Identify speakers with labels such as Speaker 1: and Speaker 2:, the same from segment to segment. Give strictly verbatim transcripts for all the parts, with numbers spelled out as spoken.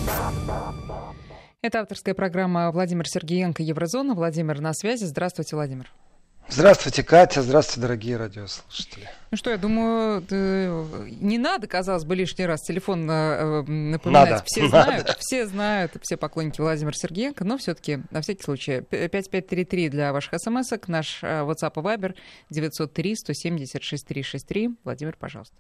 Speaker 1: Это авторская программа «Владимир Сергеенко. Еврозона». Владимир на связи. Здравствуйте, Владимир.
Speaker 2: Здравствуйте, Катя. Здравствуйте, дорогие радиослушатели.
Speaker 1: Ну что, я думаю, не надо, казалось бы, лишний раз телефон напоминать.
Speaker 2: Надо,
Speaker 1: все
Speaker 2: надо.
Speaker 1: знают, все знают, все поклонники Владимира Сергеенко, но все-таки, на всякий случай, пять пять три три для ваших смс-ок, наш WhatsApp и Viber девятьсот три сто семьдесят шесть триста шестьдесят три. Владимир, пожалуйста.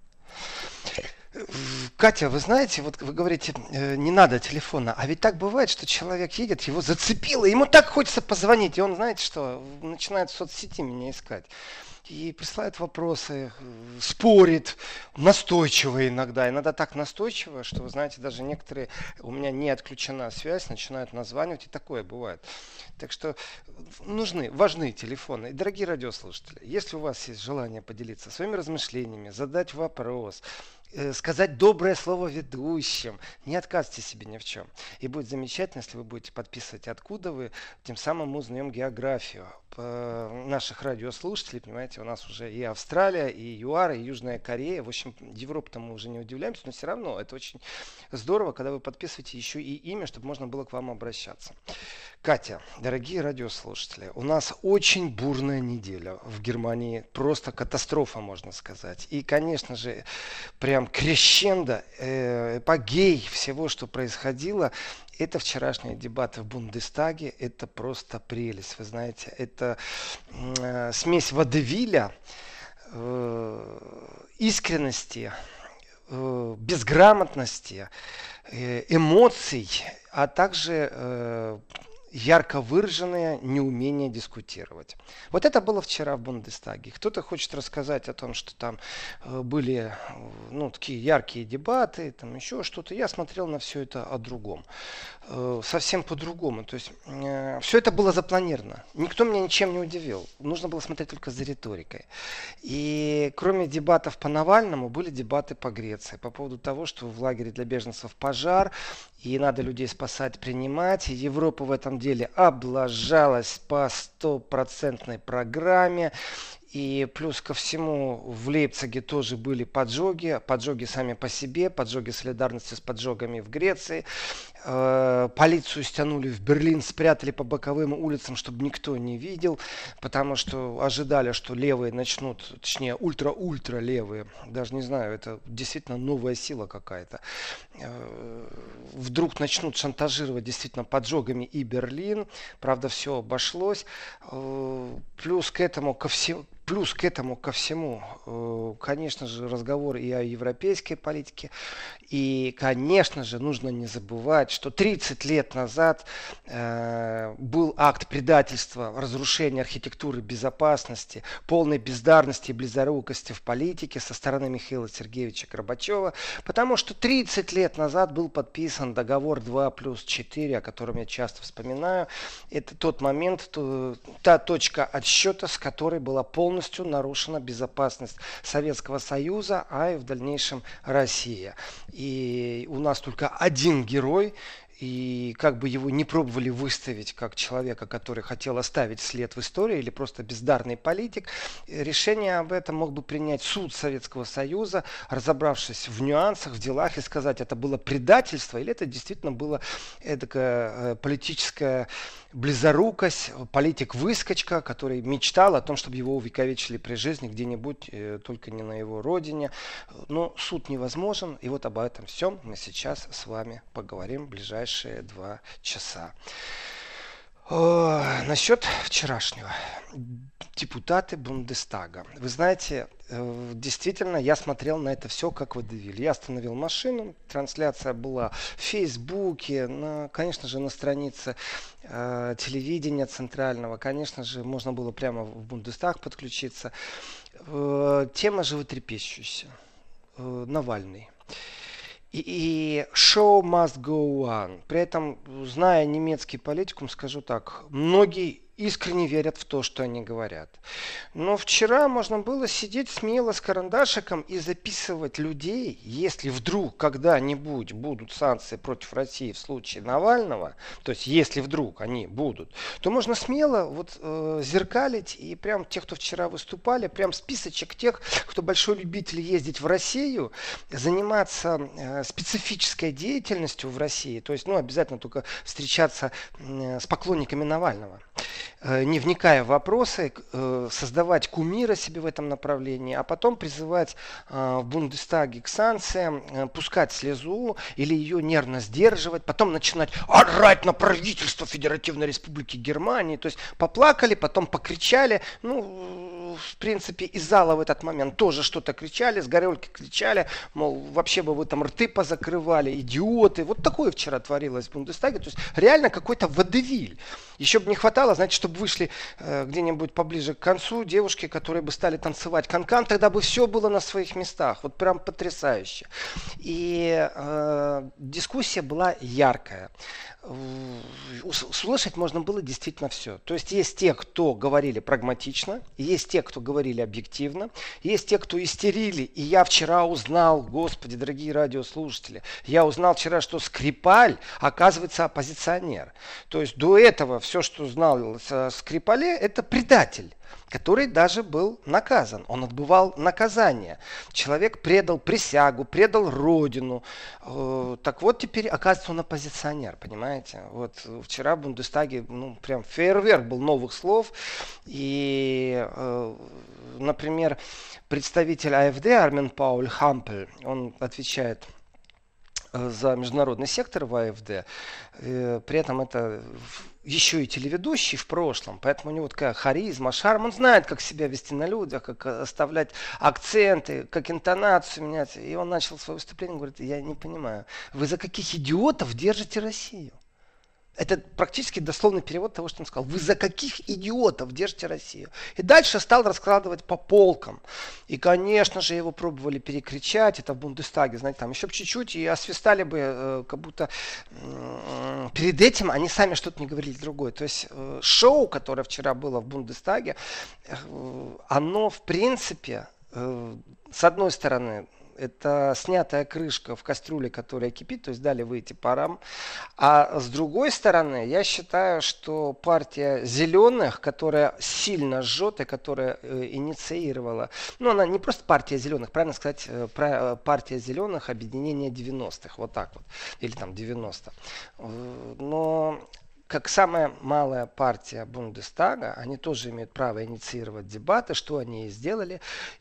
Speaker 2: Катя, вы знаете, вот вы говорите, э, не надо телефона, а ведь так бывает, что человек едет, его зацепило, ему так хочется позвонить, и он, знаете что, начинает в соцсети меня искать. И присылает вопросы, спорит, настойчиво иногда. Иногда так настойчиво, что, вы знаете, даже некоторые, у меня не отключена связь, начинают названивать, и такое бывает. Так что нужны, важны телефоны. И, дорогие радиослушатели, если у вас есть желание поделиться своими размышлениями, задать вопрос, сказать доброе слово ведущим, не отказывайте себе ни в чем. И будет замечательно, если вы будете подписывать, откуда вы, тем самым мы узнаем географию наших радиослушателей. Понимаете, у нас уже и Австралия, и ЮАР, и Южная Корея. В общем, Европу-то мы уже не удивляемся, но все равно это очень здорово, когда вы подписываете еще и имя, чтобы можно было к вам обращаться. Катя, дорогие радиослушатели, у нас очень бурная неделя в Германии. Просто катастрофа, можно сказать. И, конечно же, прям крещендо, э, эпогей всего, что происходило, это вчерашние дебаты в Бундестаге. Это просто прелесть. Вы знаете, это э, смесь водевиля, э, искренности, э, безграмотности, э, эмоций, а также э, ярко выраженное неумение дискутировать. Вот это было вчера в Бундестаге. Кто-то хочет рассказать о том, что там э, были ну, такие яркие дебаты, там еще что-то. Я смотрел на все это о другом. Э, совсем по-другому. То есть э, все это было запланировано. Никто меня ничем не удивил. Нужно было смотреть только за риторикой. И кроме дебатов по Навальному, были дебаты по Греции. По поводу того, что в лагере для беженцев пожар, и надо людей спасать, принимать. И Европа в этом деле облажалась по стопроцентной программе. И плюс ко всему в Лейпциге тоже были поджоги. Поджоги сами по себе, поджоги солидарности с поджогами в Греции. Э, полицию стянули в Берлин, спрятали по боковым улицам, чтобы никто не видел. Потому что ожидали, что левые начнут, точнее ультра-ультра левые, даже не знаю, это действительно новая сила какая-то. Э, вдруг начнут шантажировать действительно поджогами и Берлин. Правда, все обошлось. Э, плюс к этому, ко всему, Плюс к этому ко всему, конечно же, разговор и о европейской политике. И, конечно же, нужно не забывать, что тридцать лет назад э, был акт предательства, разрушения архитектуры безопасности, полной бездарности и близорукости в политике со стороны Михаила Сергеевича Горбачева. Потому что тридцать лет назад был подписан договор два плюс четыре, о котором я часто вспоминаю. Это тот момент, то, та точка отсчета, с которой была полностью полностью нарушена безопасность Советского Союза, а и в дальнейшем Россия. И у нас только один герой, и как бы его не пробовали выставить как человека, который хотел оставить след в истории или просто бездарный политик, решение об этом мог бы принять суд Советского Союза, разобравшись в нюансах, в делах и сказать, это было предательство или это действительно было эдакая политическая близорукость, политик-выскочка, который мечтал о том, чтобы его увековечили при жизни где-нибудь, э, только не на его родине. Но суд невозможен, и вот об этом всем мы сейчас с вами поговорим в ближайшие два часа. О, насчет вчерашнего. Депутаты Бундестага. Вы знаете, действительно, я смотрел на это все как водевиль. Я остановил машину, трансляция была в Фейсбуке, на, конечно же, на странице э, телевидения центрального. Конечно же, можно было прямо в Бундестаг подключиться. Э, тема животрепещущая. Э, Навальный. И show must go on. При этом, зная немецкий политикум, скажу так, многие искренне верят в то, что они говорят. Но вчера можно было сидеть смело с карандашиком и записывать людей, если вдруг когда-нибудь будут санкции против России в случае Навального, то есть если вдруг они будут, то можно смело вот э, зеркалить и прям тех, кто вчера выступали, прям списочек тех, кто большой любитель ездить в Россию, заниматься э, специфической деятельностью в России, то есть ну, обязательно только встречаться э, с поклонниками Навального, не вникая в вопросы, создавать кумира себе в этом направлении, а потом призывать в Бундестаге к санкциям, пускать слезу или ее нервно сдерживать, потом начинать орать на правительство Федеративной Республики Германии. То есть поплакали, потом покричали. Ну, в принципе, из зала в этот момент тоже что-то кричали, с горелки кричали, мол, вообще бы вы там рты позакрывали, идиоты. Вот такое вчера творилось в Бундестаге. То есть реально какой-то водевиль. Еще бы не хватало, знаете, чтобы вышли э, где-нибудь поближе к концу девушки, которые бы стали танцевать канкан, тогда бы все было на своих местах. Вот прям потрясающе. И э, дискуссия была яркая. Услышать можно было действительно все. То есть есть те, кто говорили прагматично, есть те, кто говорили объективно, есть те, кто истерили. И я вчера узнал, господи, дорогие радиослушатели, я узнал вчера, что Скрипаль, оказывается, оппозиционер. То есть до этого все, что знал о Скрипале, это предатель, который даже был наказан. Он отбывал наказание. Человек предал присягу, предал родину. Так вот, теперь, оказывается, он оппозиционер, понимаете? Вот вчера в Бундестаге, ну, прям фейерверк был новых слов. И, например, представитель АфД Армин Пауль Хампель, он отвечает за международный сектор в АфД. При этом это еще и телеведущий в прошлом, поэтому у него такая харизма, шарм. Он знает, как себя вести на людях, как оставлять акценты, как интонацию менять. И он начал свое выступление, говорит, я не понимаю, вы за каких идиотов держите Россию? Это практически дословный перевод того, что он сказал. Вы за каких идиотов держите Россию? И дальше стал раскладывать по полкам. И, конечно же, его пробовали перекричать. Это в Бундестаге, знаете, там еще чуть-чуть и освистали бы, э, как будто э, перед этим они сами что-то не говорили другое. То есть э, шоу, которое вчера было в Бундестаге, э, оно, в принципе, э, с одной стороны, это снятая крышка в кастрюле, которая кипит, то есть дали выйти парам. А с другой стороны, я считаю, что партия зеленых, которая сильно жжет и которая э, инициировала, ну она не просто партия зеленых, правильно сказать, э, про, э, партия зеленых объединения девяностых, вот так вот, или там девяносто. Э, но как самая малая партия Бундестага, они тоже имеют право инициировать дебаты, что они и сделали.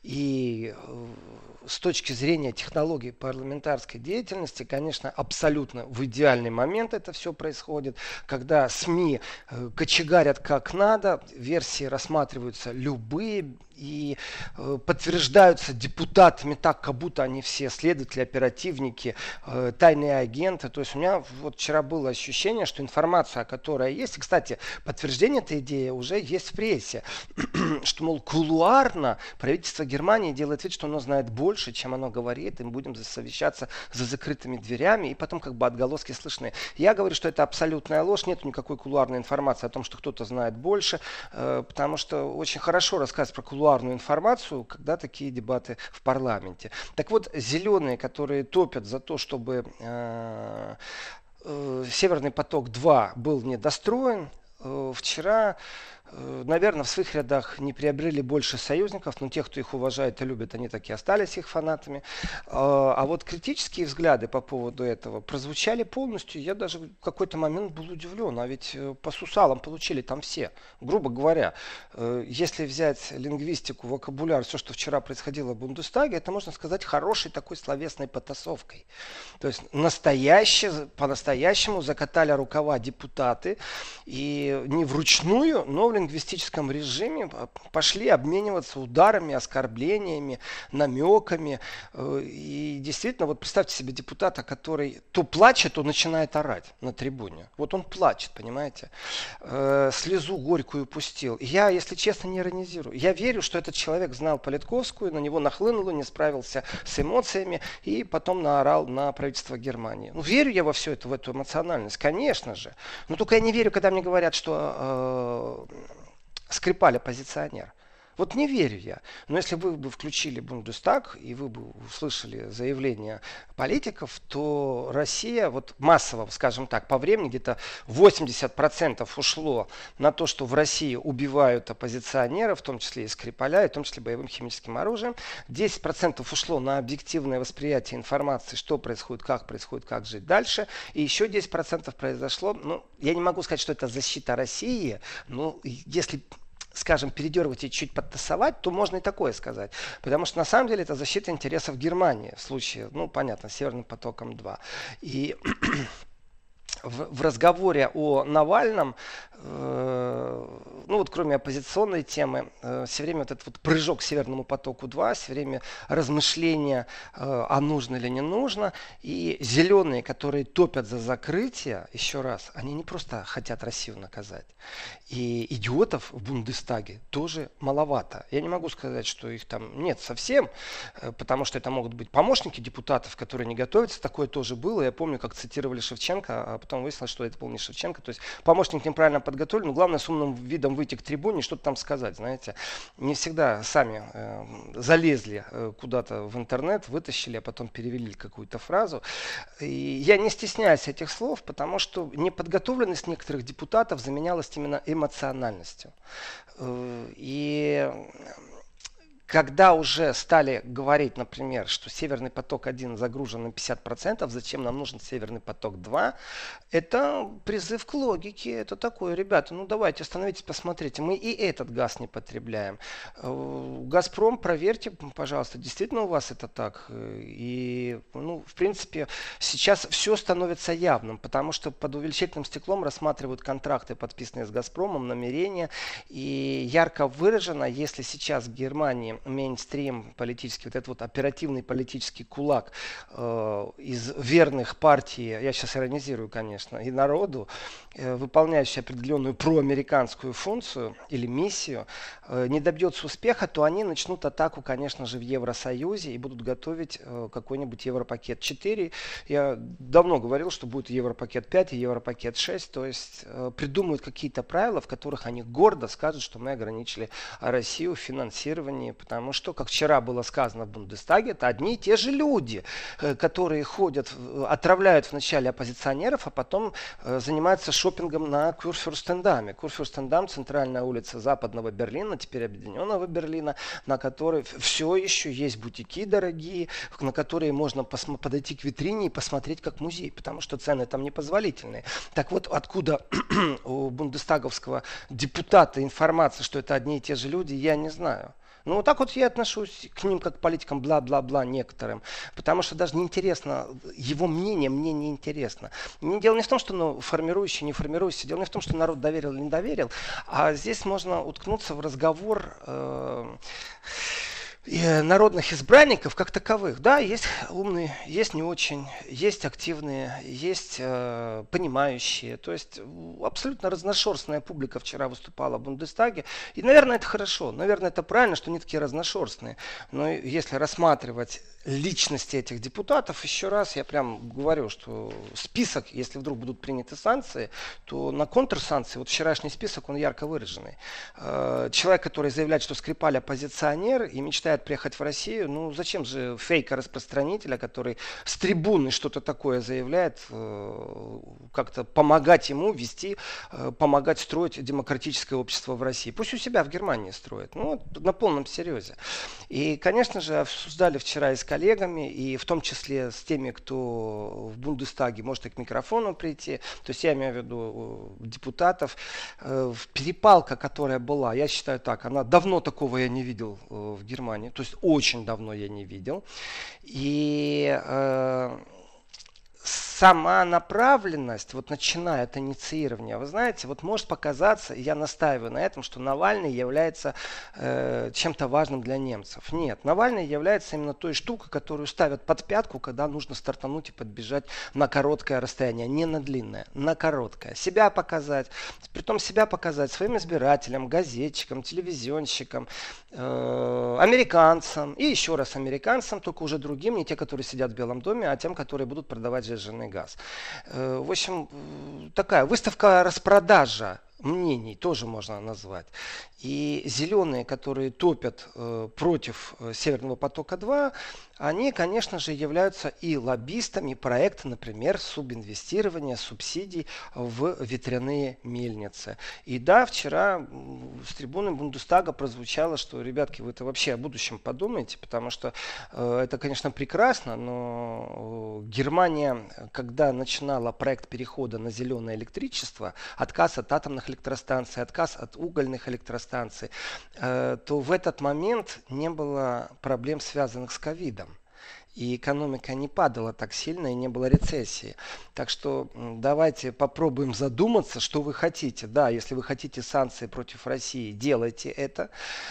Speaker 2: И э, с точки зрения технологии парламентарской деятельности, конечно, абсолютно в идеальный момент это все происходит, когда СМИ э, кочегарят как надо, версии рассматриваются любые и э, подтверждаются депутатами так, как будто они все следователи, оперативники, э, тайные агенты. То есть у меня вот вчера было ощущение, что информация, которая есть, и, кстати, подтверждение этой идеи уже есть в прессе, что, мол, кулуарно правительство Германии делает вид, что оно знает больше, чем оно говорит, и мы будем совещаться за закрытыми дверями, и потом как бы отголоски слышны. Я говорю, что это абсолютная ложь, нет никакой кулуарной информации о том, что кто-то знает больше, э, потому что очень хорошо рассказывать про кулуарную информацию, когда такие дебаты в парламенте. Так вот, зеленые, которые топят за то, чтобы э, э, Северный поток-два был недостроен, э, вчера, э, наверное, в своих рядах не приобрели больше союзников, но те, кто их уважает и любит, они так и остались их фанатами. Э, а вот критические взгляды по поводу этого прозвучали полностью. Я даже в какой-то момент был удивлен, а ведь э, по сусалам получили там все. Грубо говоря, э, если взять лингвистику, вокабуляр, все, что вчера происходило в Бундестаге, это можно сказать хорошей такой словесной потасовкой. То есть настоящие, по-настоящему закатали рукава депутаты, и не вручную, но в лингвистическом режиме пошли обмениваться ударами, оскорблениями, намеками. И действительно, вот представьте себе депутата, который то плачет, то начинает орать на трибуне. Вот он плачет, понимаете? Слезу горькую пустил. Я, если честно, не иронизирую. Я верю, что этот человек знал Политковскую, на него нахлынуло, не справился с эмоциями и потом наорал на правительство Германии. Ну, верю я во все это, в эту эмоциональность, конечно же. Но только я не верю, когда мне говорят, что э, Скрипаль оппозиционер. Вот не верю я. Но если вы бы включили Бундестаг и вы бы услышали заявления политиков, то Россия, вот массово, скажем так, по времени где-то восемьдесят процентов ушло на то, что в России убивают оппозиционеров, в том числе и Скрипаля, и в том числе боевым химическим оружием. десять процентов ушло на объективное восприятие информации, что происходит, как происходит, как жить дальше. И еще десять процентов произошло, ну, я не могу сказать, что это защита России, но если... скажем, передергивать и чуть подтасовать, то можно и такое сказать. Потому что на самом деле это защита интересов Германии в случае, ну, понятно, Северным потоком два. И в, в разговоре о Навальном, э, ну вот кроме оппозиционной темы, э, все время вот этот вот прыжок к Северному потоку два, все время размышления, э, а нужно или не нужно. И зеленые, которые топят за закрытие, еще раз, они не просто хотят Россию наказать. И идиотов в Бундестаге тоже маловато. Я не могу сказать, что их там нет совсем, э, потому что это могут быть помощники депутатов, которые не готовятся. Такое тоже было. Я помню, как цитировали Шевченко, а потом выяснилось, что это был не Шевченко. То есть помощник неправильно подготовлен, но главное с умным видом выйти к трибуне и что-то там сказать, знаете. Не всегда сами э, залезли э, куда-то в интернет, вытащили, а потом перевели какую-то фразу. И я не стесняюсь этих слов, потому что неподготовленность некоторых депутатов заменялась именно эмоциональностью. Э, и... Когда уже стали говорить, например, что Северный поток один загружен на пятьдесят процентов, зачем нам нужен Северный поток два, это призыв к логике. Это такое, ребята, ну давайте остановитесь, посмотрите. Мы и этот газ не потребляем. Газпром, проверьте, пожалуйста, действительно у вас это так. И, ну, в принципе, сейчас все становится явным, потому что под увеличительным стеклом рассматривают контракты, подписанные с Газпромом, намерения. И ярко выражено, если сейчас в Германии мейнстрим политический, вот этот вот оперативный политический кулак э, из верных партий, я сейчас иронизирую, конечно, и народу, э, выполняющий определенную проамериканскую функцию или миссию, э, не добьется успеха, то они начнут атаку, конечно же, в Евросоюзе и будут готовить э, какой-нибудь Европакет четыре. Я давно говорил, что будет Европакет пять и Европакет шесть, то есть э, придумают какие-то правила, в которых они гордо скажут, что мы ограничили Россию в финансировании. Потому что, как вчера было сказано в Бундестаге, это одни и те же люди, которые ходят, отравляют вначале оппозиционеров, а потом занимаются шопингом на Курфюрстендаме. Курфюрстендам — центральная улица западного Берлина, теперь объединенного Берлина, на которой все еще есть бутики дорогие, на которые можно подойти к витрине и посмотреть как музей, потому что цены там непозволительные. Так вот, откуда у бундестаговского депутата информация, что это одни и те же люди, я не знаю. Ну, вот так вот я отношусь к ним как к политикам бла-бла-бла некоторым. Потому что даже неинтересно, его мнение мне не интересно. Дело не в том, что ну, формирующий, не формирующий. Дело не в том, что народ доверил или не доверил. А здесь можно уткнуться в разговор... Э- народных избранников как таковых. Да, есть умные, есть не очень, есть активные, есть э, понимающие. То есть абсолютно разношерстная публика вчера выступала в Бундестаге. И, наверное, это хорошо. Наверное, это правильно, что они такие разношерстные. Но если рассматривать личности этих депутатов, еще раз я прям говорю, что список, если вдруг будут приняты санкции, то на контрсанкции, вот вчерашний список, он ярко выраженный. Э, человек, который заявляет, что Скрипаль оппозиционер и мечтает приехать в Россию, ну зачем же фейка-распространителя, который с трибуны что-то такое заявляет, э, как-то помогать ему вести, э, помогать строить демократическое общество в России. Пусть у себя в Германии строит. Ну, на полном серьезе. И, конечно же, обсуждали вчера и с коллегами, и в том числе с теми, кто в Бундестаге может и к микрофону прийти. То есть я имею в виду депутатов. Э, перепалка, которая была, я считаю так, она давно такого я не видел э, в Германии. То есть очень давно я не видел. И э, с сама направленность, вот начиная от инициирования, вы знаете, вот может показаться, и я настаиваю на этом, что Навальный является э, чем-то важным для немцев. Нет, Навальный является именно той штукой, которую ставят под пятку, когда нужно стартануть и подбежать на короткое расстояние, не на длинное, на короткое. Себя показать, притом себя показать своим избирателям, газетчикам, телевизионщикам, э, американцам и еще раз американцам, только уже другим, не те, которые сидят в Белом доме, а тем, которые будут продавать сжиженный газ. Э, в общем, такая выставка распродажа мнений тоже можно назвать. И зеленые, которые топят э, против э, Северного потока-два, они, конечно же, являются и лоббистами проекта, например, субинвестирования, субсидий в ветряные мельницы. И да, вчера с трибуны Бундестага прозвучало, что, ребятки, вы это вообще о будущем подумайте, потому что э, это, конечно, прекрасно, но э, Германия, когда начинала проект перехода на зеленое электричество, отказ от атомных электростанций, отказ от угольных электростанций, э, то в этот момент не было проблем, связанных с ковидом. И экономика не падала так сильно, и не было рецессии. Так что давайте попробуем задуматься, что вы хотите. Да, если вы хотите санкции против России, делайте это.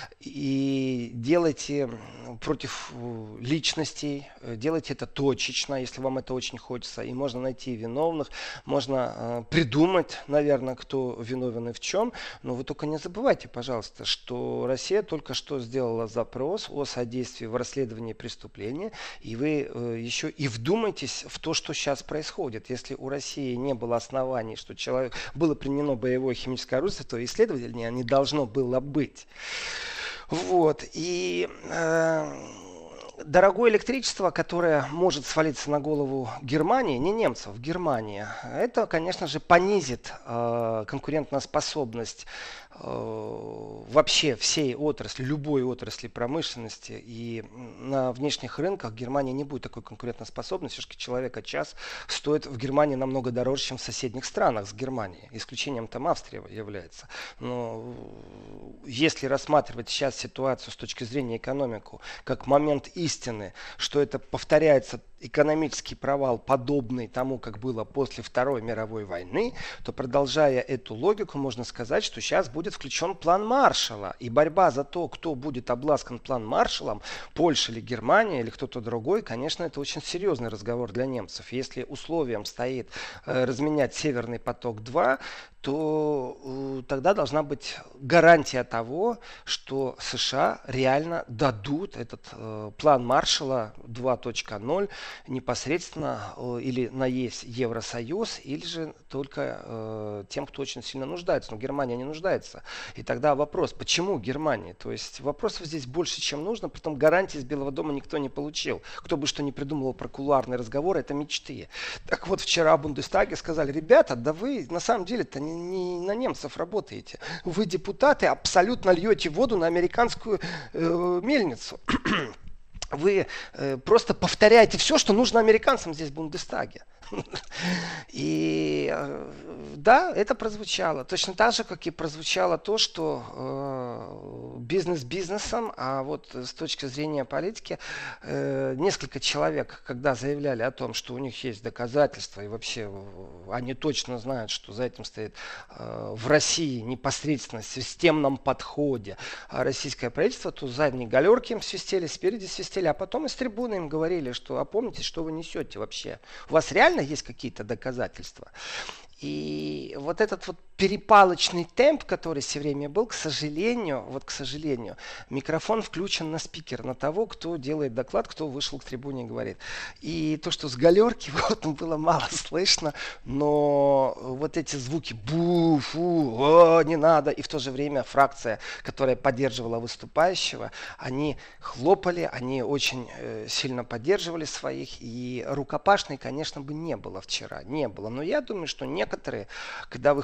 Speaker 2: И делайте против личностей, делайте это точечно, если вам это очень хочется. И можно найти виновных, можно э, придумать, наверное, кто виновен и в чем. Но вы только не забывайте, пожалуйста, что Россия только что сделала запрос о содействии в расследовании преступления. И вы э, еще и вдумайтесь в то, что сейчас происходит. Если у России не было оснований, что человек, было применено боевое химическое оружие, то исследование не должно было быть. Вот. И э, дорогое электричество, которое может свалиться на голову Германии, не немцев, Германии, это, конечно же, понизит э, конкурентоспособность э, вообще всей отрасли, любой отрасли промышленности. И на внешних рынках Германия не будет такой конкурентоспособной. Все-таки человека час стоит в Германии намного дороже, чем в соседних странах с Германией. Исключением там Австрия является. Но если рассматривать сейчас ситуацию с точки зрения экономики как момент истины, что это повторяется экономический провал, подобный тому, как было после Второй мировой войны, то, продолжая эту логику, можно сказать, что сейчас будет включен план Маршалла. И борьба за то, кто будет обласкан план Маршаллом, Польша или Германия, или кто-то другой, конечно, это очень серьезный разговор для немцев. Если условием стоит э, разменять Северный поток-два, то э, тогда должна быть гарантия того, что США реально дадут этот э, план Маршалла два точка ноль непосредственно э, или на есть Евросоюз, или же только э, тем, кто очень сильно нуждается. Но Германия не нуждается. И тогда вопрос, почему Германия? То есть вопросов здесь больше, чем нужно, притом гарантии из Белого дома никто не получил. Кто бы что ни придумывал про кулуарные разговоры, это мечты. Так вот, вчера в Бундестаге сказали, ребята, да вы на самом деле-то не, не на немцев работаете. Вы, депутаты, абсолютно льете воду на американскую э, мельницу. Вы э, просто повторяете все, что нужно американцам здесь в Бундестаге. И э, да, это прозвучало. Точно так же, как и прозвучало то, что э, бизнес бизнесом, а вот с точки зрения политики, э, несколько человек, когда заявляли о том, что у них есть доказательства, и вообще они точно знают, что за этим стоит э, в России непосредственно в системном подходе российское правительство, то задние галерки им свистели, спереди свистели, а потом из трибуны им говорили, что опомнитесь, что вы несете вообще. У вас реально есть какие-то доказательства? И вот этот вот перепалочный темп, который все время был, к сожалению, вот к сожалению, микрофон включен на спикер, на того, кто делает доклад, кто вышел к трибуне и говорит. И то, что с галерки, вот, было мало слышно, но вот эти звуки бу, фу, о, не надо, и в то же время фракция, которая поддерживала выступающего, они хлопали, они очень э, сильно поддерживали своих, и рукопашной, конечно, бы не было вчера, не было. Но я думаю, что некоторые, когда выходили,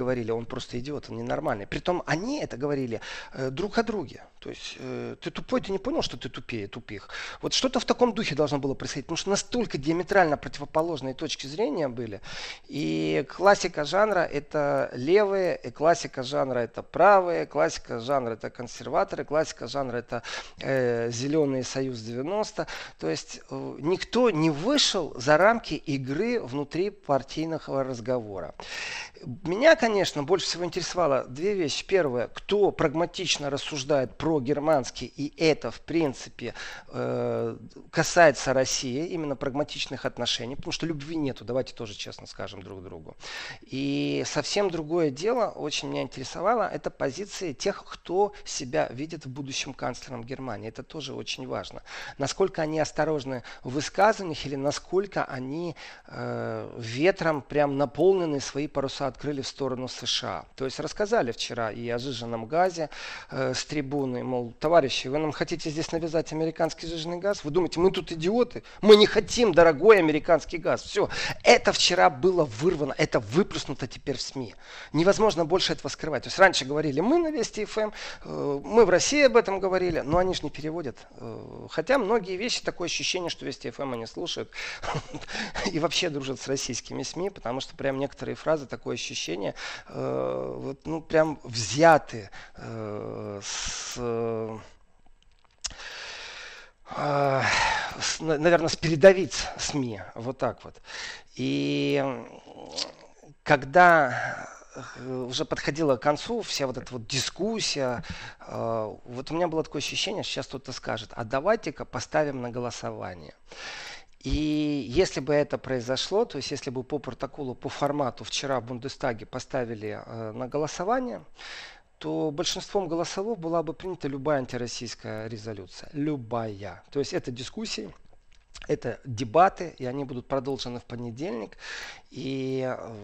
Speaker 2: говорили, он просто идиот, он ненормальный. Притом они это говорили э, друг о друге. То есть э, ты тупой, ты не понял, что ты тупее тупых. Вот что-то в таком духе должно было происходить, потому что настолько диаметрально противоположные точки зрения были. И классика жанра это левые, и классика жанра это правые, классика жанра это консерваторы, классика жанра это э, зеленый союз девяносто. То есть э, никто не вышел за рамки игры внутри партийного разговора. Меня, конечно, больше всего интересовало две вещи. Первое, кто прагматично рассуждает про германский, и это, в принципе, э, касается России, именно прагматичных отношений, потому что любви нету, давайте тоже честно скажем друг другу. И совсем другое дело, очень меня интересовало, это позиции тех, кто себя видит в будущем канцлером Германии. Это тоже очень важно. Насколько они осторожны в высказываниях или насколько они э, ветром прям наполнены, свои паруса открыли в сторону США. То есть рассказали вчера и о сжиженном газе э, с трибуны, мол, товарищи, вы нам хотите здесь навязать американский сжиженный газ? Вы думаете, мы тут идиоты? Мы не хотим дорогой американский газ. Все. Это вчера было вырвано, это выплеснуто теперь в СМИ. Невозможно больше этого скрывать. То есть раньше говорили мы на Вести эф эм, э, мы в России об этом говорили, но они же не переводят. Э, хотя многие вещи, такое ощущение, что Вести эф эм они слушают и вообще дружат с российскими СМИ, потому что прям некоторые фразы, такое ощущение, э, вот, ну прям взяты э, с, э, с, наверное, с передовиц СМИ, вот так вот. И когда уже подходила к концу вся вот эта вот дискуссия, э, вот у меня было такое ощущение, сейчас кто-то скажет, а давайте-ка поставим на голосование. И если бы это произошло, то есть если бы по протоколу, по формату вчера в Бундестаге поставили э, на голосование, то большинством голосов была бы принята любая антироссийская резолюция. Любая. То есть это дискуссии, это дебаты, и они будут продолжены в понедельник. И э,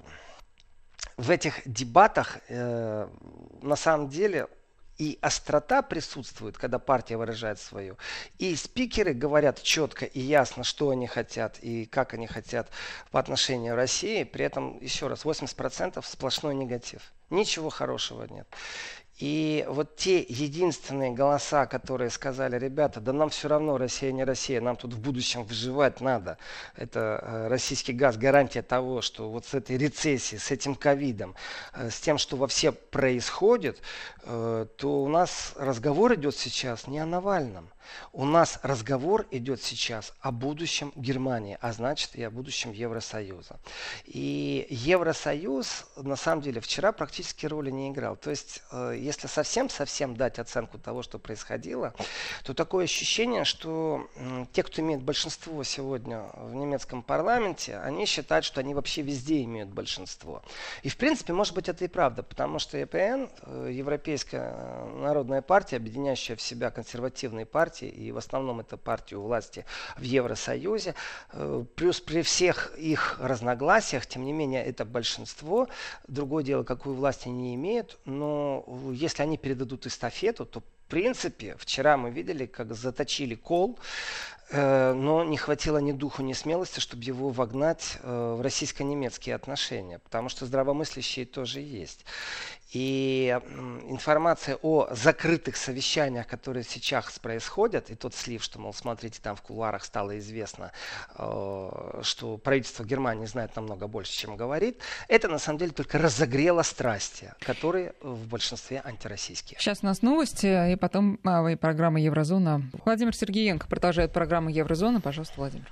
Speaker 2: в этих дебатах э, на самом деле и острота присутствует, когда партия выражает свою. И спикеры говорят четко и ясно, что они хотят и как они хотят по отношению к России. При этом, еще раз, восемьдесят процентов сплошной негатив. Ничего хорошего нет. И вот те единственные голоса, которые сказали, ребята, да нам все равно, Россия не Россия, нам тут в будущем выживать надо. Это э, российский газ, гарантия того, что вот с этой рецессией, с этим ковидом, э, с тем, что во все происходит, э, то у нас разговор идет сейчас не о Навальном. У нас разговор идет сейчас о будущем Германии, а значит и о будущем Евросоюза. И Евросоюз, на самом деле, вчера практически роли не играл. То есть, э, если совсем-совсем дать оценку того, что происходило, то такое ощущение, что э, те, кто имеет большинство сегодня в немецком парламенте, они считают, что они вообще везде имеют большинство. И, в принципе, может быть, это и правда, потому что е пэ эн, э, Европейская народная партия, объединяющая в себя консервативные партии, и в основном это партия у власти в Евросоюзе. Плюс при всех их разногласиях, тем не менее, это большинство. Другое дело, какую власть они не имеют. Но если они передадут эстафету, то в принципе, вчера мы видели, как заточили Кол, э, но не хватило ни духу, ни смелости, чтобы его вогнать э, в российско-немецкие отношения, потому что здравомыслящие тоже есть. И информация о закрытых совещаниях, которые сейчас происходят, и тот слив, что, мол, смотрите, там в кулуарах стало известно, э, что правительство Германии знает намного больше, чем говорит, это на самом деле только разогрело страсти, которые в большинстве антироссийские.
Speaker 1: Сейчас у нас новости, и потом а, и программа Еврозона. Владимир Сергеенко продолжает программу Еврозона. Пожалуйста, Владимир.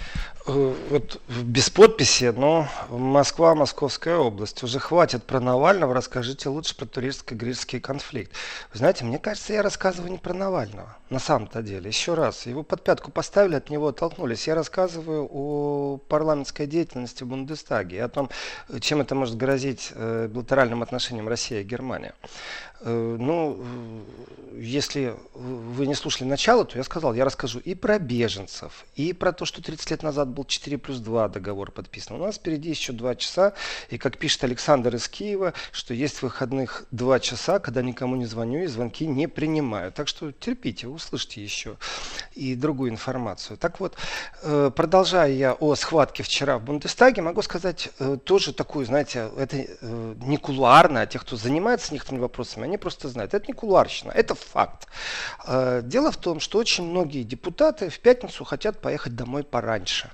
Speaker 2: Вот без подписи, но Москва, Московская область. Уже хватит про Навального, расскажите лучше про турецко-греческий конфликт. Вы знаете, мне кажется, я рассказываю не про Навального. На самом-то деле, еще раз, его под пятку поставили, от него оттолкнулись. Я рассказываю о парламентской деятельности в Бундестаге и о том, чем это может грозить э, билатеральным отношениям Россия и Германия. Э, ну, если вы не слушали начало, то я сказал, я расскажу и про беженцев, и про то, что тридцать лет назад был четыре плюс два договор подписан. У нас впереди еще два часа, и как пишет Александр из Киева, что есть выход выходных два часа, когда никому не звоню и звонки не принимаю. Так что терпите, услышьте еще и другую информацию. Так вот, э, продолжая я о схватке вчера в Бундестаге, могу сказать э, тоже такую, знаете, это э, не кулуарно, а те, кто занимается некоторыми вопросами, они просто знают. Это не кулуарщина, это факт. Э, дело в том, что очень многие депутаты в пятницу хотят поехать домой пораньше.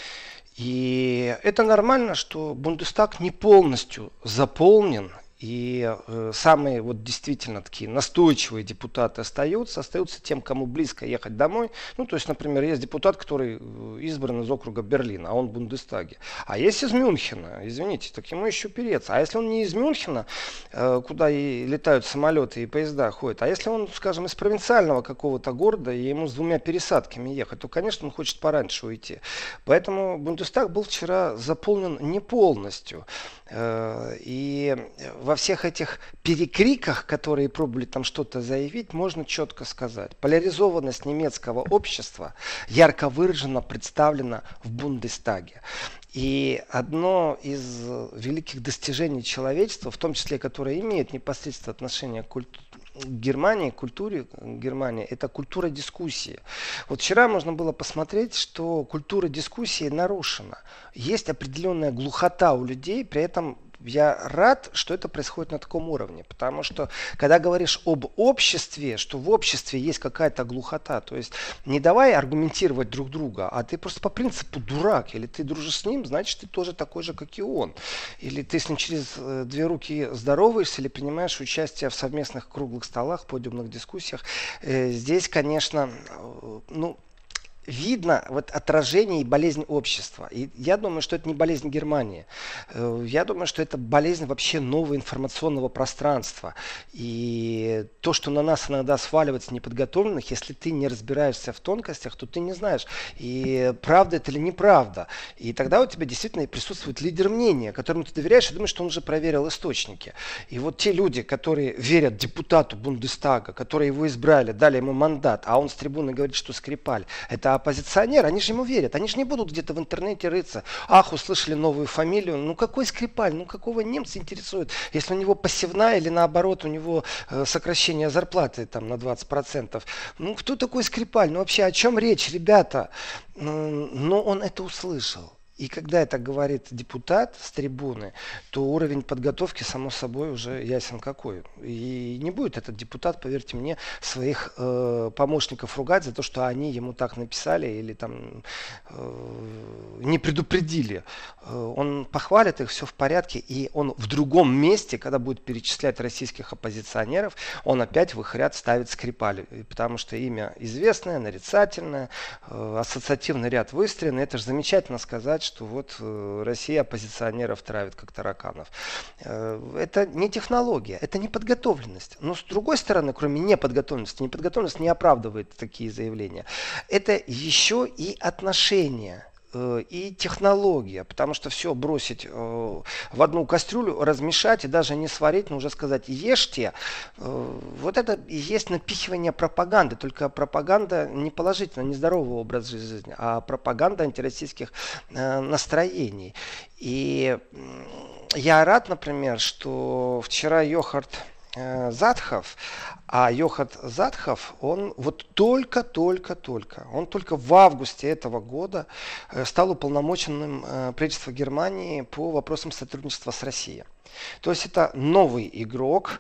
Speaker 2: И это нормально, что Бундестаг не полностью заполнен. И э, самые вот действительно такие настойчивые депутаты остаются, остаются тем, кому близко ехать домой. Ну, то есть, например, есть депутат, который избран из округа Берлина, а он в Бундестаге. А есть из Мюнхена, извините, так ему еще переться. А если он не из Мюнхена, э, куда и летают самолеты и поезда ходят, а если он, скажем, из провинциального какого-то города, и ему с двумя пересадками ехать, то, конечно, он хочет пораньше уйти. Поэтому Бундестаг был вчера заполнен не полностью. Э, и во всех этих перекриках, которые пробовали там что-то заявить, можно четко сказать. Поляризованность немецкого общества ярко выраженно представлена в Бундестаге. И одно из великих достижений человечества, в том числе, которое имеет непосредственное отношение к культуре, к Германии, к культуре Германии, это культура дискуссии. Вот вчера можно было посмотреть, что культура дискуссии нарушена. Есть определенная глухота у людей, при этом я рад, что это происходит на таком уровне, потому что, когда говоришь об обществе, что в обществе есть какая-то глухота, то есть не давай аргументировать друг друга, а ты просто по принципу дурак, или ты дружишь с ним, значит ты тоже такой же, как и он, или ты с ним через две руки здороваешься, или принимаешь участие в совместных круглых столах, подиумных дискуссиях. Здесь, конечно, ну, видно вот отражение и болезнь общества. И я думаю, что это не болезнь Германии. Я думаю, что это болезнь вообще нового информационного пространства. И то, что на нас иногда сваливается неподготовленных, если ты не разбираешься в тонкостях, то ты не знаешь, и правда это или неправда. И тогда у тебя действительно присутствует лидер мнения, которому ты доверяешь и думаешь, что он уже проверил источники. И вот те люди, которые верят депутату Бундестага, которые его избрали, дали ему мандат, а он с трибуны говорит, что Скрипаль – это оппозиционер, они же ему верят. Они же не будут где-то в интернете рыться. Ах, услышали новую фамилию. Ну какой Скрипаль? Ну какого немца интересует? Если у него пассивная или наоборот у него э, сокращение зарплаты там на двадцать процентов. Ну кто такой Скрипаль? Ну вообще о чем речь, ребята? Ну, но он это услышал. И когда это говорит депутат с трибуны, то уровень подготовки, само собой, уже ясен какой. И не будет этот депутат, поверьте мне, своих э, помощников ругать за то, что они ему так написали или там э, не предупредили. Э, он похвалит их, все в порядке, и он в другом месте, когда будет перечислять российских оппозиционеров, он опять в их ряд ставит Скрипаль. Потому что имя известное, нарицательное, э, ассоциативный ряд выстроен. Это же замечательно сказать, что вот э, Россия оппозиционеров травит, как тараканов. Э, это не технология, это не подготовленность. Но с другой стороны, кроме неподготовленности, неподготовленность не оправдывает такие заявления. Это еще и отношения. И технология, потому что все бросить э, в одну кастрюлю, размешать и даже не сварить, но уже сказать ешьте, э, вот это и есть напихивание пропаганды, только пропаганда не положительного, не здорового образа жизни, а пропаганда антироссийских э, настроений. И я рад, например, что вчера Йохард Затхов, а Йохард Затхов, он вот только-только-только, он только в августе этого года стал уполномоченным правительства Германии по вопросам сотрудничества с Россией. То есть это новый игрок,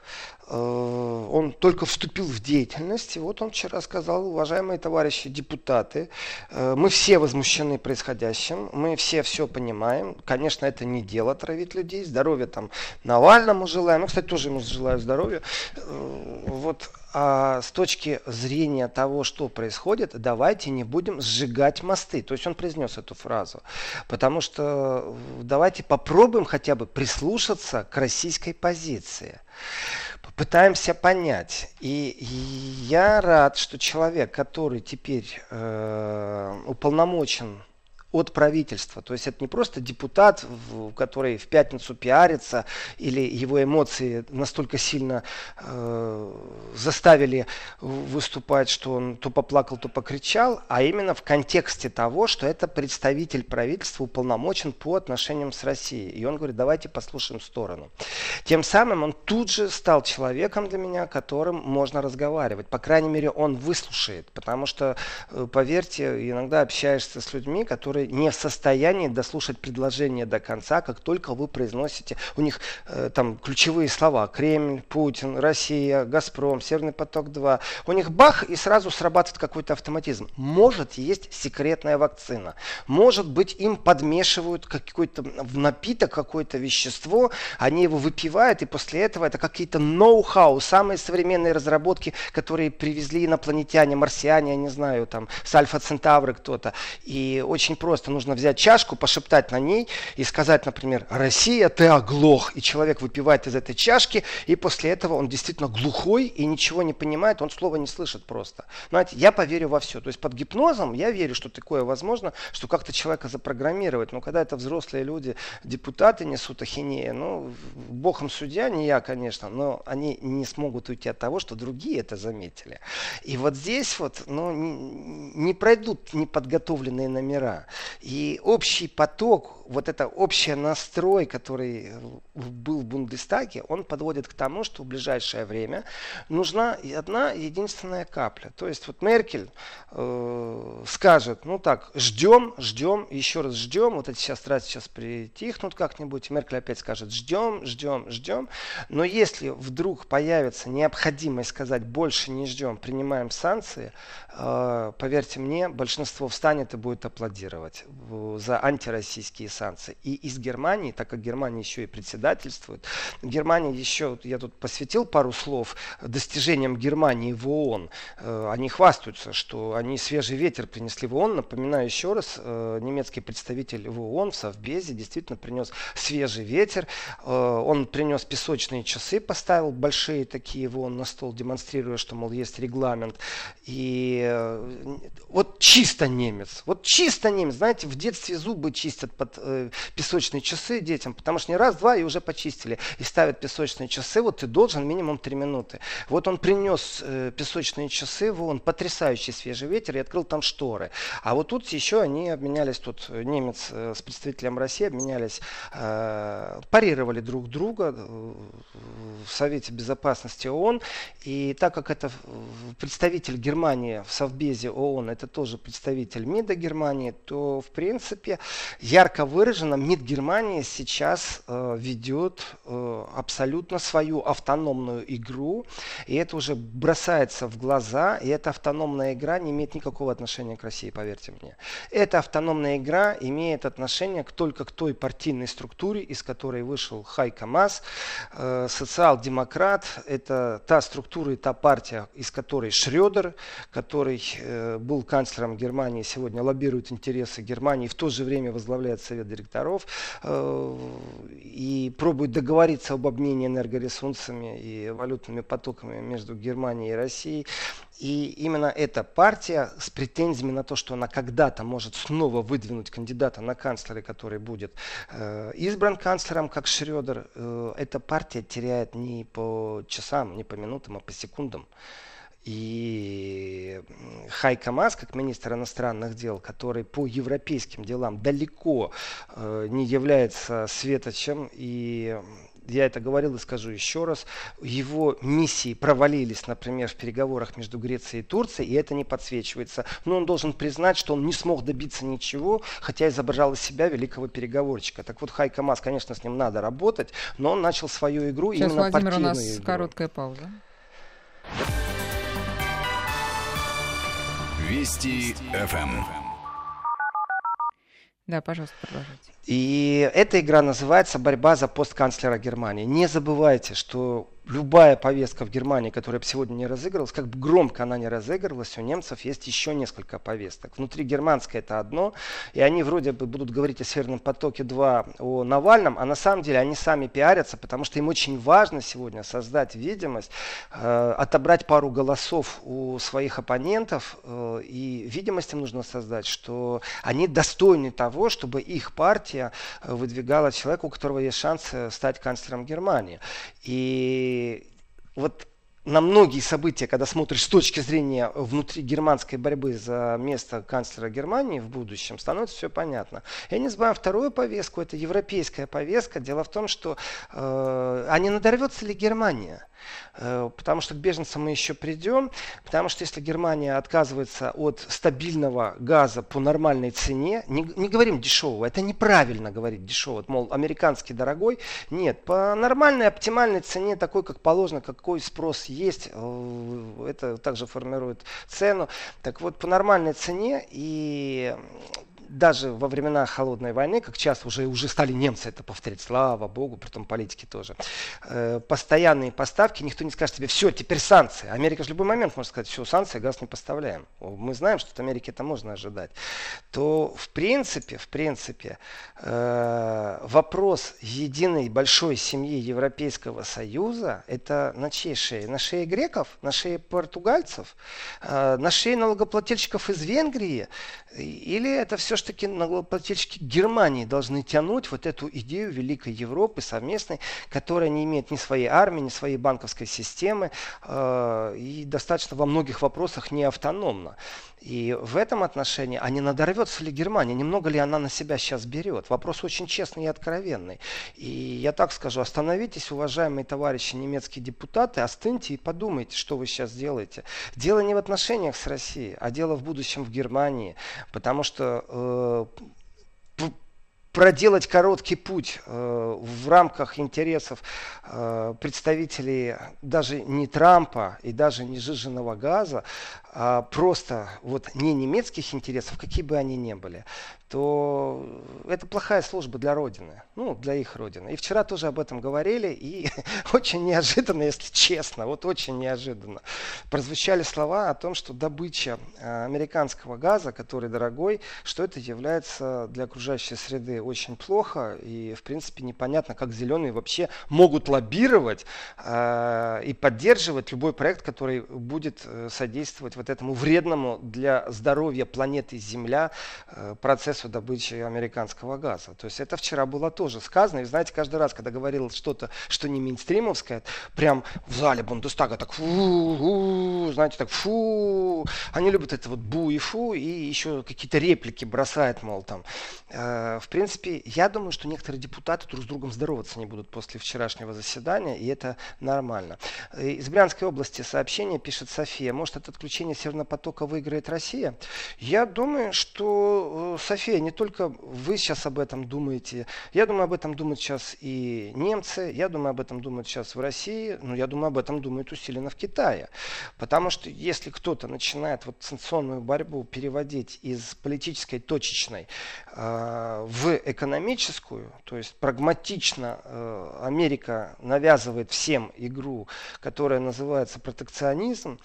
Speaker 2: он только вступил в деятельность, и вот он вчера сказал: уважаемые товарищи депутаты, мы все возмущены происходящим, мы все все понимаем, конечно, это не дело травить людей, здоровья там Навальному желаем, ну, кстати, тоже ему желаю здоровья, вот. А с точки зрения того, что происходит, давайте не будем сжигать мосты. То есть он произнес эту фразу. Потому что давайте попробуем хотя бы прислушаться к российской позиции. Попытаемся понять. И я рад, что человек, который теперь э, уполномочен от правительства. То есть это не просто депутат, который в пятницу пиарится, или его эмоции настолько сильно э, заставили выступать, что он то поплакал, то покричал, а именно в контексте того, что это представитель правительства уполномочен по отношениям с Россией. И он говорит, давайте послушаем сторону. Тем самым он тут же стал человеком для меня, которым можно разговаривать. По крайней мере, он выслушает. Потому что, поверьте, иногда общаешься с людьми, которые не в состоянии дослушать предложение до конца, как только вы произносите у них э, там ключевые слова. Кремль, Путин, Россия, Газпром, Северный поток-два. У них бах, и сразу срабатывает какой-то автоматизм. Может, есть секретная вакцина. Может быть, им подмешивают какой-то в напиток, какое-то вещество, они его выпивают, и после этого это какие-то ноу-хау, самые современные разработки, которые привезли инопланетяне, марсиане, я не знаю, там, с Альфа-Центавры кто-то. И очень просто нужно взять чашку, пошептать на ней и сказать, например, «Россия, ты оглох». И человек выпивает из этой чашки, и после этого он действительно глухой и ничего не понимает, он слова не слышит просто. Знаете, я поверю во все. То есть под гипнозом я верю, что такое возможно, что как-то человека запрограммировать. Но когда это взрослые люди, депутаты несут ахинею, ну, богом судья, не я, конечно, но они не смогут уйти от того, что другие это заметили. И вот здесь вот, ну, не, не пройдут неподготовленные номера. И общий поток, вот это общий настрой, который был в Бундестаге, он подводит к тому, что в ближайшее время нужна одна единственная капля. То есть вот Меркель э, скажет, ну так, ждем, ждем, еще раз ждем, вот эти сейчас страсти сейчас притихнут как-нибудь, и Меркель опять скажет, ждем, ждем, ждем. Но если вдруг появится необходимость сказать, больше не ждем, принимаем санкции, э, поверьте мне, большинство встанет и будет аплодировать за антироссийские санкции. И из Германии, так как Германия еще и председательствует, Германия еще, я тут посвятил пару слов достижениям Германии в ООН. Они хвастаются, что они свежий ветер принесли в ООН. Напоминаю еще раз, немецкий представитель в ООН в Совбезе действительно принес свежий ветер. Он принес песочные часы, поставил большие такие в ООН на стол, демонстрируя, что, мол, есть регламент. И вот чисто немец, вот чисто немец, знаете, в детстве зубы чистят под э, песочные часы детям, потому что не раз, два и уже почистили. И ставят песочные часы, вот ты должен минимум три минуты. Вот он принес э, песочные часы, вон, потрясающий свежий ветер, и открыл там шторы. А вот тут еще они обменялись, тут немец э, с представителем России обменялись, э, парировали друг друга э, в Совете Безопасности ООН. И так как это представитель Германии в Совбезе ООН, это тоже представитель МИДа Германии, то в принципе ярко выражено МИД Германии сейчас э, ведет э, абсолютно свою автономную игру, и это уже бросается в глаза, и эта автономная игра не имеет никакого отношения к России, поверьте мне. Эта автономная игра имеет отношение только к той партийной структуре, из которой вышел Хайко Маас, э, социал-демократ, это та структура и та партия, из которой Шредер, который э, был канцлером Германии, сегодня лоббирует интересы Германии, в то же время возглавляет совет директоров э, и пробует договориться об обмене энергоресурсами и валютными потоками между Германией и Россией. И именно эта партия с претензиями на то, что она когда-то может снова выдвинуть кандидата на канцлера, который будет э, избран канцлером, как Шредер, э, эта партия теряет не по часам, не по минутам, а по секундам. И Хайко Маас, как министр иностранных дел, который по европейским делам далеко э, не является светочем, и я это говорил и скажу еще раз, его миссии провалились, например, в переговорах между Грецией и Турцией, и это не подсвечивается. Но он должен признать, что он не смог добиться ничего, хотя изображал из себя великого переговорщика. Так вот, Хайко Маас, конечно, с ним надо работать, но он начал свою игру,
Speaker 1: сейчас,
Speaker 2: именно
Speaker 1: Владимир,
Speaker 2: партийную игру.
Speaker 1: Сейчас, у нас короткая пауза.
Speaker 3: Вести эф эм.
Speaker 1: Да, пожалуйста, продолжайте.
Speaker 2: И эта игра называется «Борьба за пост канцлера Германии». Не забывайте, что любая повестка в Германии, которая бы сегодня не разыгрывалась, как бы громко она не разыгрывалась, у немцев есть еще несколько повесток. Внутри германской это одно, и они вроде бы будут говорить о Северном потоке-два, о Навальном, а на самом деле они сами пиарятся, потому что им очень важно сегодня создать видимость, э, отобрать пару голосов у своих оппонентов, э, и видимость им нужно создать, что они достойны того, чтобы их партия выдвигала человека, у которого есть шанс стать канцлером Германии. И И вот на многие события, когда смотришь с точки зрения внутри германской борьбы за место канцлера Германии в будущем, становится все понятно. Я не забываю вторую повестку, это европейская повестка. Дело в том, что э, а не надорвется ли Германия? Э, потому что к беженцам мы еще придем. Потому что если Германия отказывается от стабильного газа по нормальной цене, не, не говорим дешевого, это неправильно говорить дешево, мол, американский дорогой. Нет, по нормальной, оптимальной цене, такой, как положено, какой спрос есть, это также формирует цену. Так вот, по нормальной цене и даже во времена холодной войны, как часто уже, уже стали немцы это повторять, слава богу, притом политики тоже, э, постоянные поставки, никто не скажет тебе, все, теперь санкции. Америка же в любой момент может сказать, все, санкции, газ не поставляем. Мы знаем, что от Америки это можно ожидать. То в принципе, в принципе, э, вопрос единой большой семьи Европейского Союза, это на чьей шее? На шее греков, на шее португальцев, э, на шее налогоплательщиков из Венгрии, или это все ж таки налогоплательщики Германии должны тянуть вот эту идею Великой Европы совместной, которая не имеет ни своей армии, ни своей банковской системы э, и достаточно во многих вопросах не автономна. И в этом отношении, а не надорвется ли Германия, немного ли она на себя сейчас берет? Вопрос очень честный и откровенный. И я так скажу, остановитесь, уважаемые товарищи немецкие депутаты, остыньте и подумайте, что вы сейчас делаете. Дело не в отношениях с Россией, а дело в будущем в Германии. Потому что э, проделать короткий путь э, в рамках интересов э, представителей даже не Трампа и даже не сжиженного газа, а просто вот не немецких интересов, какие бы они ни были, то это плохая служба для Родины, ну, для их Родины. И вчера тоже об этом говорили, и очень неожиданно, если честно, вот очень неожиданно, прозвучали слова о том, что добыча американского газа, который дорогой, что это является для окружающей среды очень плохо, и, в принципе, непонятно, как зеленые вообще могут лоббировать э, и поддерживать любой проект, который будет содействовать вот этому вредному для здоровья планеты Земля э, процессу добычи американского газа. То есть это вчера было тоже сказано. И знаете, каждый раз, когда говорил что-то, что не мейнстримовское, прям в зале Бундестага так фу, знаете, так фу. Они любят это вот бу и фу, и еще какие-то реплики бросают, мол, там. Э, в принципе, я думаю, что некоторые депутаты друг с другом здороваться не будут после вчерашнего заседания, и это нормально. Из Брянской области сообщение пишет София. Может, от отключения Северного потока выиграет Россия? Я думаю, что, София, не только вы сейчас об этом думаете. Я думаю, об этом думают сейчас и немцы. Я думаю, об этом думают сейчас в России. Но я думаю, об этом думают усиленно в Китае. Потому что если кто-то начинает вот санкционную борьбу переводить из политической точечной э, в экономическую, то есть прагматично э, Америка навязывает всем игру, которая называется протекционизм,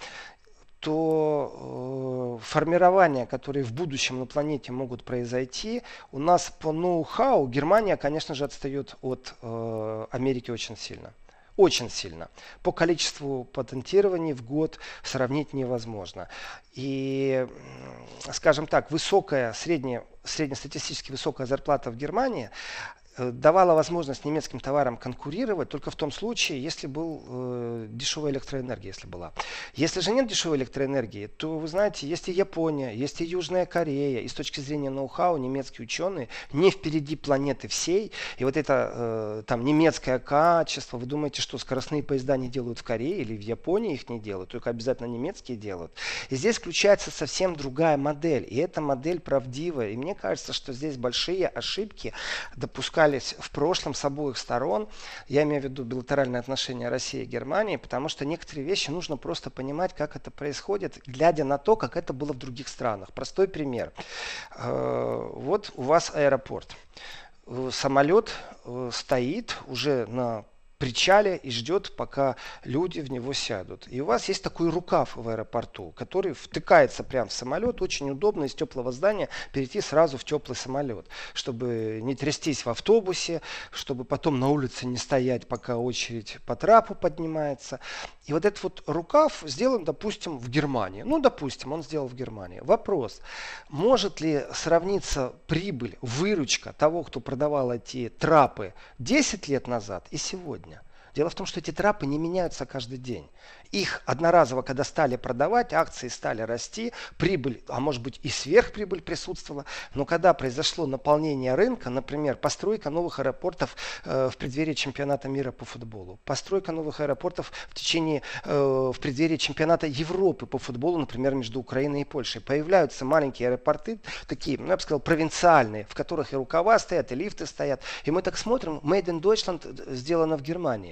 Speaker 2: то э, формирования, которые в будущем на планете могут произойти, у нас по ноу-хау Германия, конечно же, отстает от э, Америки очень сильно. Очень сильно. По количеству патентирований в год сравнить невозможно. И, скажем так, высокая, средняя, среднестатистически высокая зарплата в Германии давала возможность немецким товарам конкурировать только в том случае, если был э, дешевая электроэнергия, если была. Если же нет дешевой электроэнергии, то, вы знаете, есть и Япония, есть и Южная Корея, и с точки зрения ноу-хау немецкие ученые не впереди планеты всей. И вот это э, там немецкое качество, вы думаете, что скоростные поезда не делают в Корее или в Японии их не делают, только обязательно немецкие делают. И здесь включается совсем другая модель, и эта модель правдивая. И мне кажется, что здесь большие ошибки допускали в прошлом с обоих сторон, я имею в виду билатеральные отношения России и Германии, потому что некоторые вещи нужно просто понимать, как это происходит, глядя на то, как это было в других странах. Простой пример. Вот у вас аэропорт. э, самолет э, стоит уже на причале и ждет, пока люди в него сядут. И у вас есть такой рукав в аэропорту, который втыкается прямо в самолет. Очень удобно из теплого здания перейти сразу в теплый самолет, чтобы не трястись в автобусе, чтобы потом на улице не стоять, пока очередь по трапу поднимается. И вот этот вот рукав сделан, допустим, в Германии. Ну, допустим, он сделал в Германии. Вопрос, может ли сравниться прибыль, выручка того, кто продавал эти трапы десять лет назад и сегодня? Дело в том, что эти трапы не меняются каждый день. Их одноразово, когда стали продавать, акции стали расти, прибыль, а может быть и сверхприбыль присутствовала. Но когда произошло наполнение рынка, например, постройка новых аэропортов э, в преддверии чемпионата мира по футболу, постройка новых аэропортов в течение, э, в преддверии чемпионата Европы по футболу, например, между Украиной и Польшей, появляются маленькие аэропорты, такие, ну, я бы сказал, провинциальные, в которых и рукава стоят, и лифты стоят. И мы так смотрим, Made in Deutschland сделано в Германии.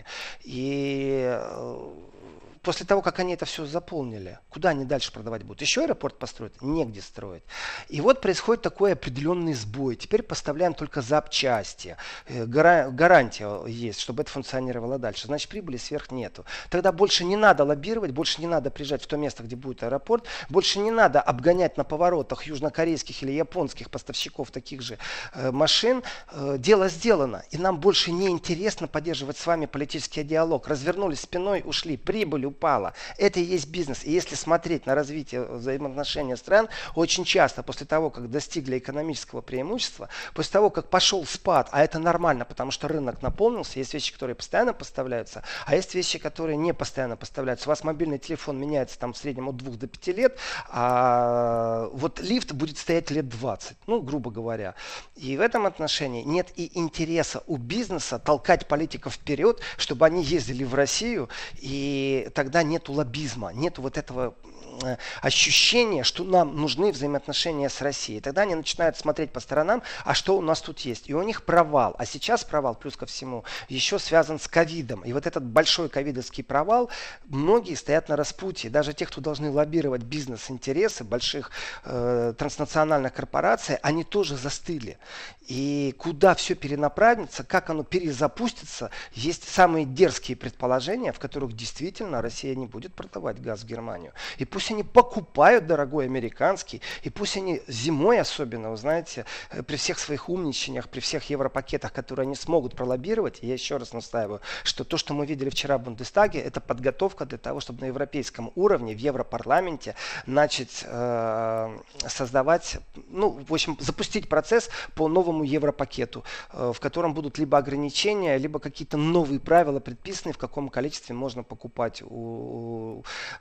Speaker 2: И после того, как они это все заполнили, куда они дальше продавать будут? Еще аэропорт построить? Негде строить. И вот происходит такой определенный сбой. Теперь поставляем только запчасти. Гарантия есть, чтобы это функционировало дальше. Значит, прибыли сверх нету. Тогда больше не надо лоббировать, больше не надо приезжать в то место, где будет аэропорт, больше не надо обгонять на поворотах южнокорейских или японских поставщиков таких же э, машин. Э, дело сделано. И нам больше не интересно поддерживать с вами политический диалог. Развернулись спиной, ушли. Прибыль упала. Это и есть бизнес. И если смотреть на развитие взаимоотношений стран, очень часто после того, как достигли экономического преимущества, после того, как пошел спад, а это нормально, потому что рынок наполнился, есть вещи, которые постоянно поставляются, а есть вещи, которые не постоянно поставляются. У вас мобильный телефон меняется там в среднем от двух до пяти лет, а вот лифт будет стоять лет двадцать, ну, грубо говоря. И в этом отношении нет и интереса у бизнеса толкать политиков вперед, чтобы они ездили в Россию, и так тогда нету лоббизма, нету вот этого э, ощущения, что нам нужны взаимоотношения с Россией. Тогда они начинают смотреть по сторонам, а что у нас тут есть. И у них провал. А сейчас провал, плюс ко всему, еще связан с ковидом. И вот этот большой ковидовский провал, многие стоят на распутье. Даже те, кто должны лоббировать бизнес-интересы больших э, транснациональных корпораций, они тоже застыли. И куда все перенаправится, как оно перезапустится, есть самые дерзкие предположения, в которых действительно Россия не будет продавать газ в Германию. И пусть они покупают дорогой американский, и пусть они зимой особенно, вы знаете, при всех своих умничаниях, при всех европакетах, которые они смогут пролоббировать, и я еще раз настаиваю, что то, что мы видели вчера в Бундестаге, это подготовка для того, чтобы на европейском уровне, в Европарламенте начать э, создавать, ну, в общем, запустить процесс по новому европакету, в котором будут либо ограничения, либо какие-то новые правила предписаны, в каком количестве можно покупать у, у,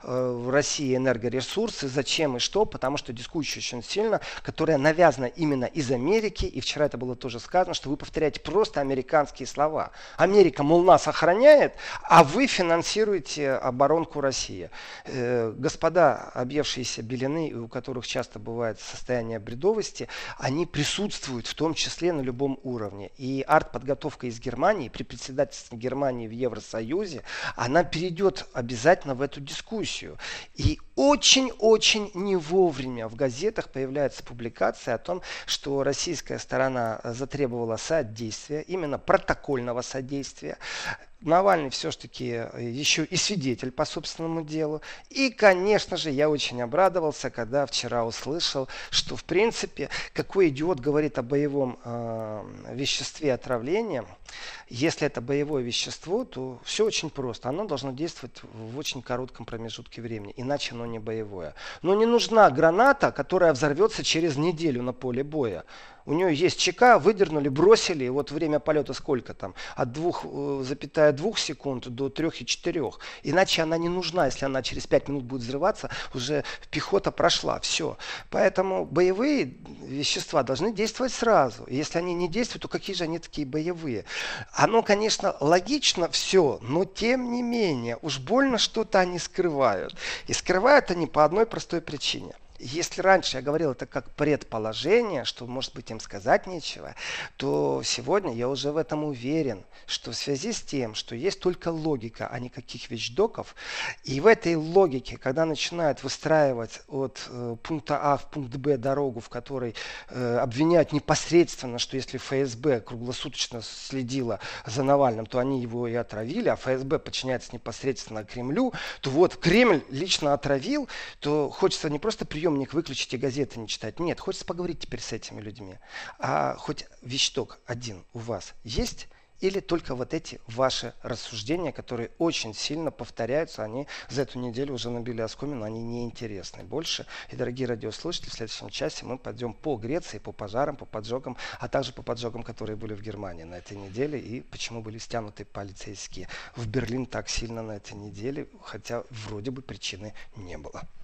Speaker 2: в России энергоресурсы, зачем и что, потому что дискуссия очень сильно, которая навязана именно из Америки, и вчера это было тоже сказано, что вы повторяете просто американские слова. Америка, мол, нас охраняет, а вы финансируете оборонку России. Э, господа, объевшиеся белины, у которых часто бывает состояние бредовости, они присутствуют в том числе числе на любом уровне. И артподготовка из Германии, при председательстве Германии в Евросоюзе, она перейдет обязательно в эту дискуссию. И очень-очень не вовремя в газетах появляется публикация о том, что российская сторона затребовала содействия, именно протокольного содействия. Навальный все-таки еще и свидетель по собственному делу. И, конечно же, я очень обрадовался, когда вчера услышал, что, в принципе, какой идиот говорит о боевом э, веществе отравления. Если это боевое вещество, то все очень просто. Оно должно действовать в очень коротком промежутке времени, иначе оно не боевое. Но не нужна граната, которая взорвется через неделю на поле боя. У нее есть ЧК, выдернули, бросили, и вот время полета сколько там? От двух целых двух секунд до трёх и четырёх. Иначе она не нужна, если она через пять минут будет взрываться, уже пехота прошла, все. Поэтому боевые вещества должны действовать сразу. И если они не действуют, то какие же они такие боевые? Оно, конечно, логично все, но тем не менее, уж больно что-то они скрывают. И скрывают они по одной простой причине. Если раньше я говорил это как предположение, что, может быть, им сказать нечего, то сегодня я уже в этом уверен, что в связи с тем, что есть только логика, а никаких вещдоков, и в этой логике, когда начинают выстраивать от э, пункта А в пункт Б дорогу, в которой э, обвиняют непосредственно, что если ФСБ круглосуточно следила за Навальным, то они его и отравили, а ФСБ подчиняется непосредственно Кремлю, то вот Кремль лично отравил, то хочется не просто приемник выключить и газеты не читать. Нет, хочется поговорить теперь с этими людьми. А хоть вещдок один у вас есть? Или только вот эти ваши рассуждения, которые очень сильно повторяются, они за эту неделю уже набили оскомину, они неинтересны больше. И, дорогие радиослушатели, в следующем часе мы пойдем по Греции, по пожарам, по поджогам, а также по поджогам, которые были в Германии на этой неделе, и почему были стянуты полицейские в Берлин так сильно на этой неделе, хотя вроде бы причины не было.